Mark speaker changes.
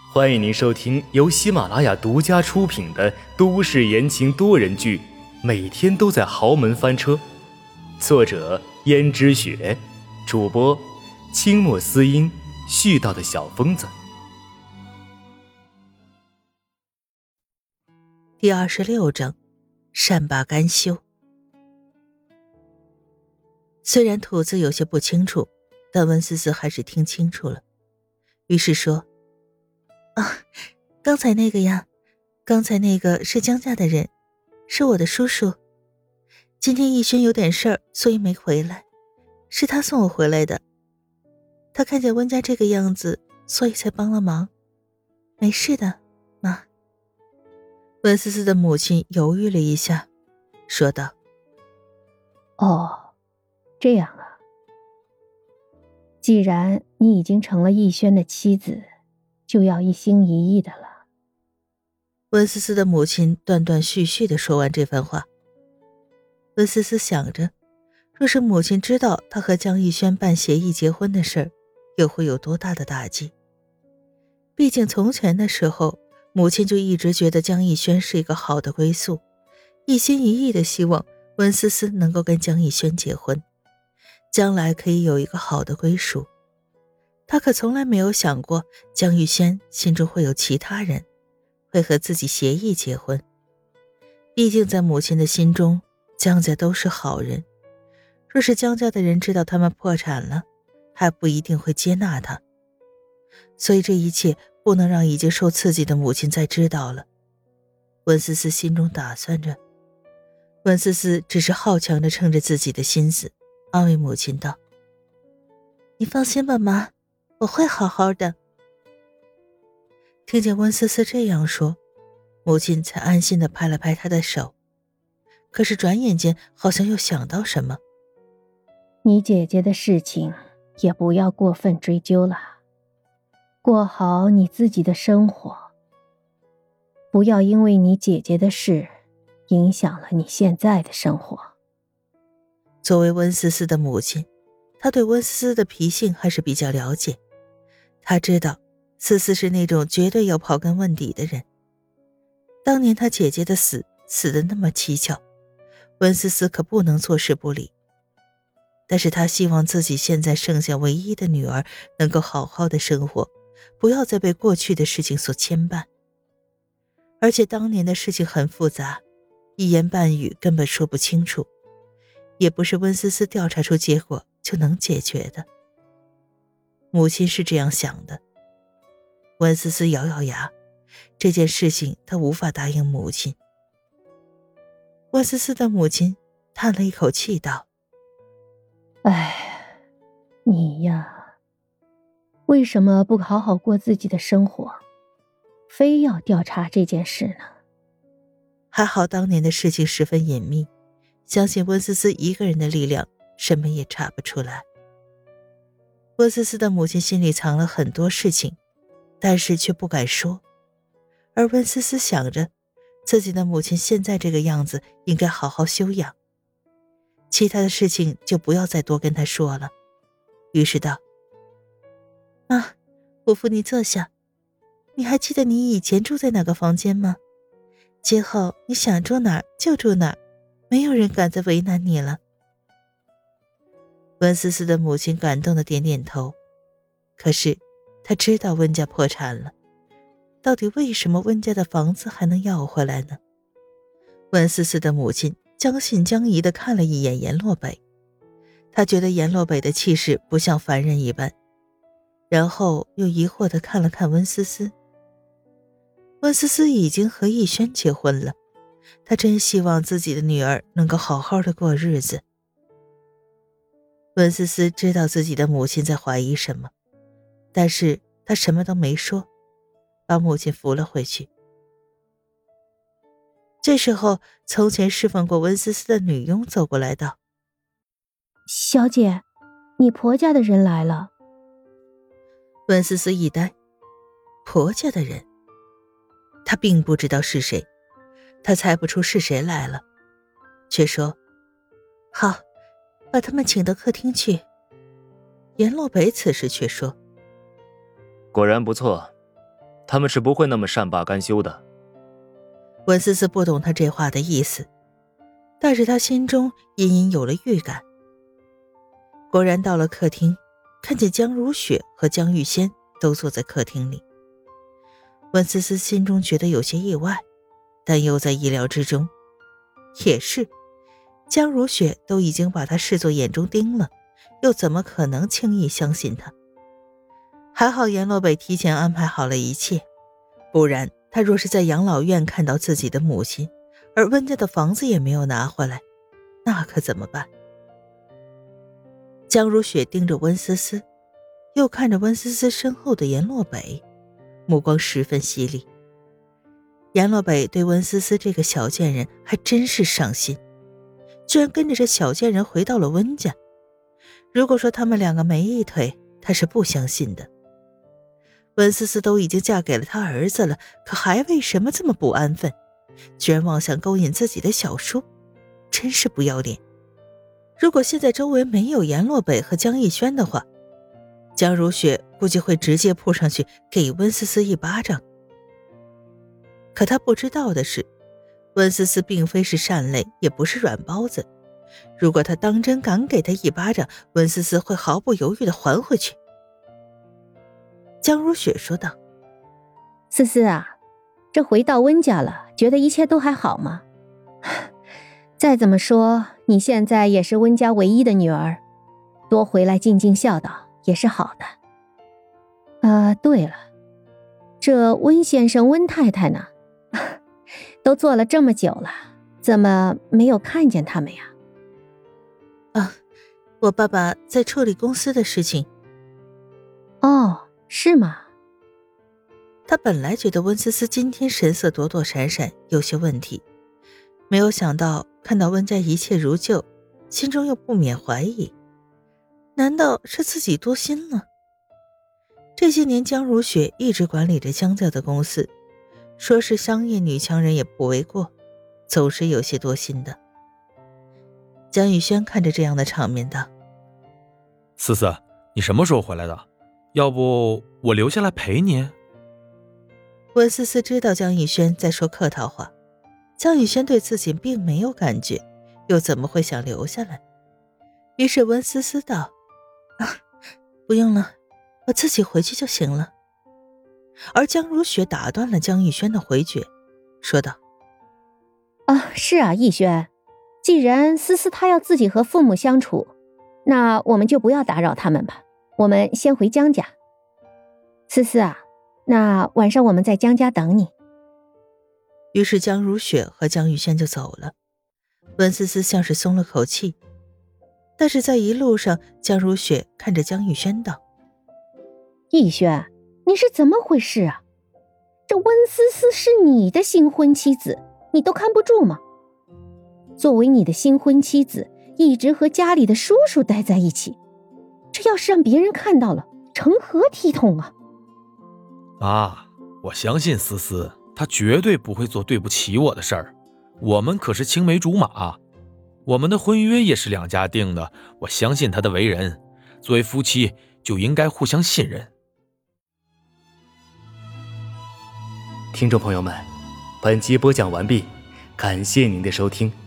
Speaker 1: 欢迎您收听由喜马拉雅独家出品的都市言情多人剧《每天都在豪门翻车》，作者胭脂雪，主播清墨思音，絮叨的小疯子。
Speaker 2: 第26章，善罢甘休。虽然吐字有些不清楚，但温思思还是听清楚了，于是说：刚才那个呀，刚才那个是江家的人，是我的叔叔。今天逸轩有点事儿，所以没回来，是他送我回来的。他看见温家这个样子，所以才帮了忙。没事的，妈。温思思的母亲犹豫了一下，说道：
Speaker 3: 哦，这样啊。既然你已经成了逸轩的妻子，就要一心一意的了。
Speaker 2: 温思思的母亲断断续续地说完这番话。温思思想着，若是母亲知道她和江逸轩办协议结婚的事儿，又会有多大的打击。毕竟从前的时候，母亲就一直觉得江逸轩是一个好的归宿，一心一意地希望温思思能够跟江逸轩结婚，将来可以有一个好的归属。她可从来没有想过江逸轩心中会有其他人，会和自己协议结婚。毕竟在母亲的心中，江家都是好人，若是江家的人知道他们破产了，还不一定会接纳他。所以这一切不能让已经受刺激的母亲再知道了。温思思心中打算着，温思思只是好强地撑着自己的心思，安慰母亲道：你放心吧妈，我会好好的。听见温思思这样说，母亲才安心地拍了拍她的手，可是转眼间好像又想到什么。
Speaker 3: 你姐姐的事情也不要过分追究了，过好你自己的生活，不要因为你姐姐的事影响了你现在的生活。
Speaker 2: 作为温思思的母亲，她对温思思的脾性还是比较了解，她知道思思是那种绝对要刨根问底的人。当年她姐姐的死得那么蹊跷，温思思可不能坐视不理。但是她希望自己现在剩下唯一的女儿能够好好的生活，不要再被过去的事情所牵绊。而且当年的事情很复杂，一言半语根本说不清楚，也不是温思思调查出结果就能解决的。母亲是这样想的。温思思咬咬牙，这件事情她无法答应母亲。温思思的母亲叹了一口气道：
Speaker 3: 哎，你呀，为什么不好好过自己的生活，非要调查这件事呢？
Speaker 2: 还好当年的事情十分隐秘，相信温思思一个人的力量什么也查不出来。温思思的母亲心里藏了很多事情，但是却不敢说。而温思思想着自己的母亲现在这个样子，应该好好休养，其他的事情就不要再多跟她说了。于是道：妈，我扶你坐下。你还记得你以前住在哪个房间吗？今后你想住哪儿就住哪儿，没有人敢再为难你了。温思思的母亲感动地点点头。可是她知道温家破产了，到底为什么温家的房子还能要回来呢？温思思的母亲将信将疑地看了一眼阎洛北，她觉得阎洛北的气势不像凡人一般，然后又疑惑地看了看温思思。温思思已经和逸轩结婚了，她真希望自己的女儿能够好好的过日子。温思思知道自己的母亲在怀疑什么，但是她什么都没说，把母亲扶了回去。这时候，从前侍奉过温思思的女佣走过来道：
Speaker 3: 小姐，你婆家的人来了。
Speaker 2: 温思思一呆，婆家的人？她并不知道是谁，她猜不出是谁来了，却说：好，把他们请到客厅去。阎洛北此时却说：
Speaker 1: 果然不错， 他们是不会那么善罢甘休的。
Speaker 2: 温思思不懂他这话的意思，但是他心中隐隐有了预感。果然到了客厅，看见江如雪和江玉仙都坐在客厅里。温思思心中觉得有些意外，但又在意料之中。也是，江如雪都已经把他视作眼中钉了，又怎么可能轻易相信他？还好阎洛北提前安排好了一切，不然他若是在养老院看到自己的母亲，而温家的房子也没有拿回来，那可怎么办？江如雪盯着温思思，又看着温思思身后的阎洛北，目光十分犀利。阎洛北对温思思这个小贱人还真是上心，居然跟着这小贱人回到了温家。如果说他们两个没一腿，他是不相信的。温思思都已经嫁给了他儿子了，可还为什么这么不安分？居然妄想勾引自己的小叔，真是不要脸。如果现在周围没有阎洛北和江逸轩的话，江如雪估计会直接扑上去给温思思一巴掌。可他不知道的是，温思思并非是善类，也不是软包子。如果他当真敢给他一巴掌，温思思会毫不犹豫地还回去。江如雪说道：
Speaker 3: 思思啊，这回到温家了，觉得一切都还好吗？再怎么说，你现在也是温家唯一的女儿，多回来尽尽孝道也是好的。对了，这温先生温太太呢？都做了这么久了，怎么没有看见他们呀？
Speaker 2: 我爸爸在处理公司的事情。
Speaker 3: 哦，是吗？
Speaker 2: 他本来觉得温思思今天神色躲躲闪闪，有些问题，没有想到看到温家一切如旧，心中又不免怀疑，难道是自己多心了？这些年江如雪一直管理着江家的公司，说是商业女强人也不为过，总是有些多心的。江宇轩看着这样的场面道：
Speaker 4: 思思，你什么时候回来的？要不我留下来陪你？
Speaker 2: 温思思知道江宇轩在说客套话，江宇轩对自己并没有感觉，又怎么会想留下来？于是温思思道：不用了，我自己回去就行了。而江如雪打断了江逸轩的回绝，说道：
Speaker 3: 是啊，逸轩，既然思思她要自己和父母相处，那我们就不要打扰他们吧，我们先回江家。思思啊，那晚上我们在江家等你。
Speaker 2: 于是江如雪和江逸轩就走了。温思思像是松了口气，但是在一路上，江如雪看着江逸轩道：
Speaker 3: 逸轩，你是怎么回事啊？这温思思是你的新婚妻子，你都看不住吗？作为你的新婚妻子，一直和家里的叔叔待在一起，这要是让别人看到了，成何体统啊？
Speaker 4: 妈，我相信思思，她绝对不会做对不起我的事儿。我们可是青梅竹马，我们的婚约也是两家定的，我相信她的为人，作为夫妻就应该互相信任。
Speaker 1: 听众朋友们，本集播讲完毕，感谢您的收听。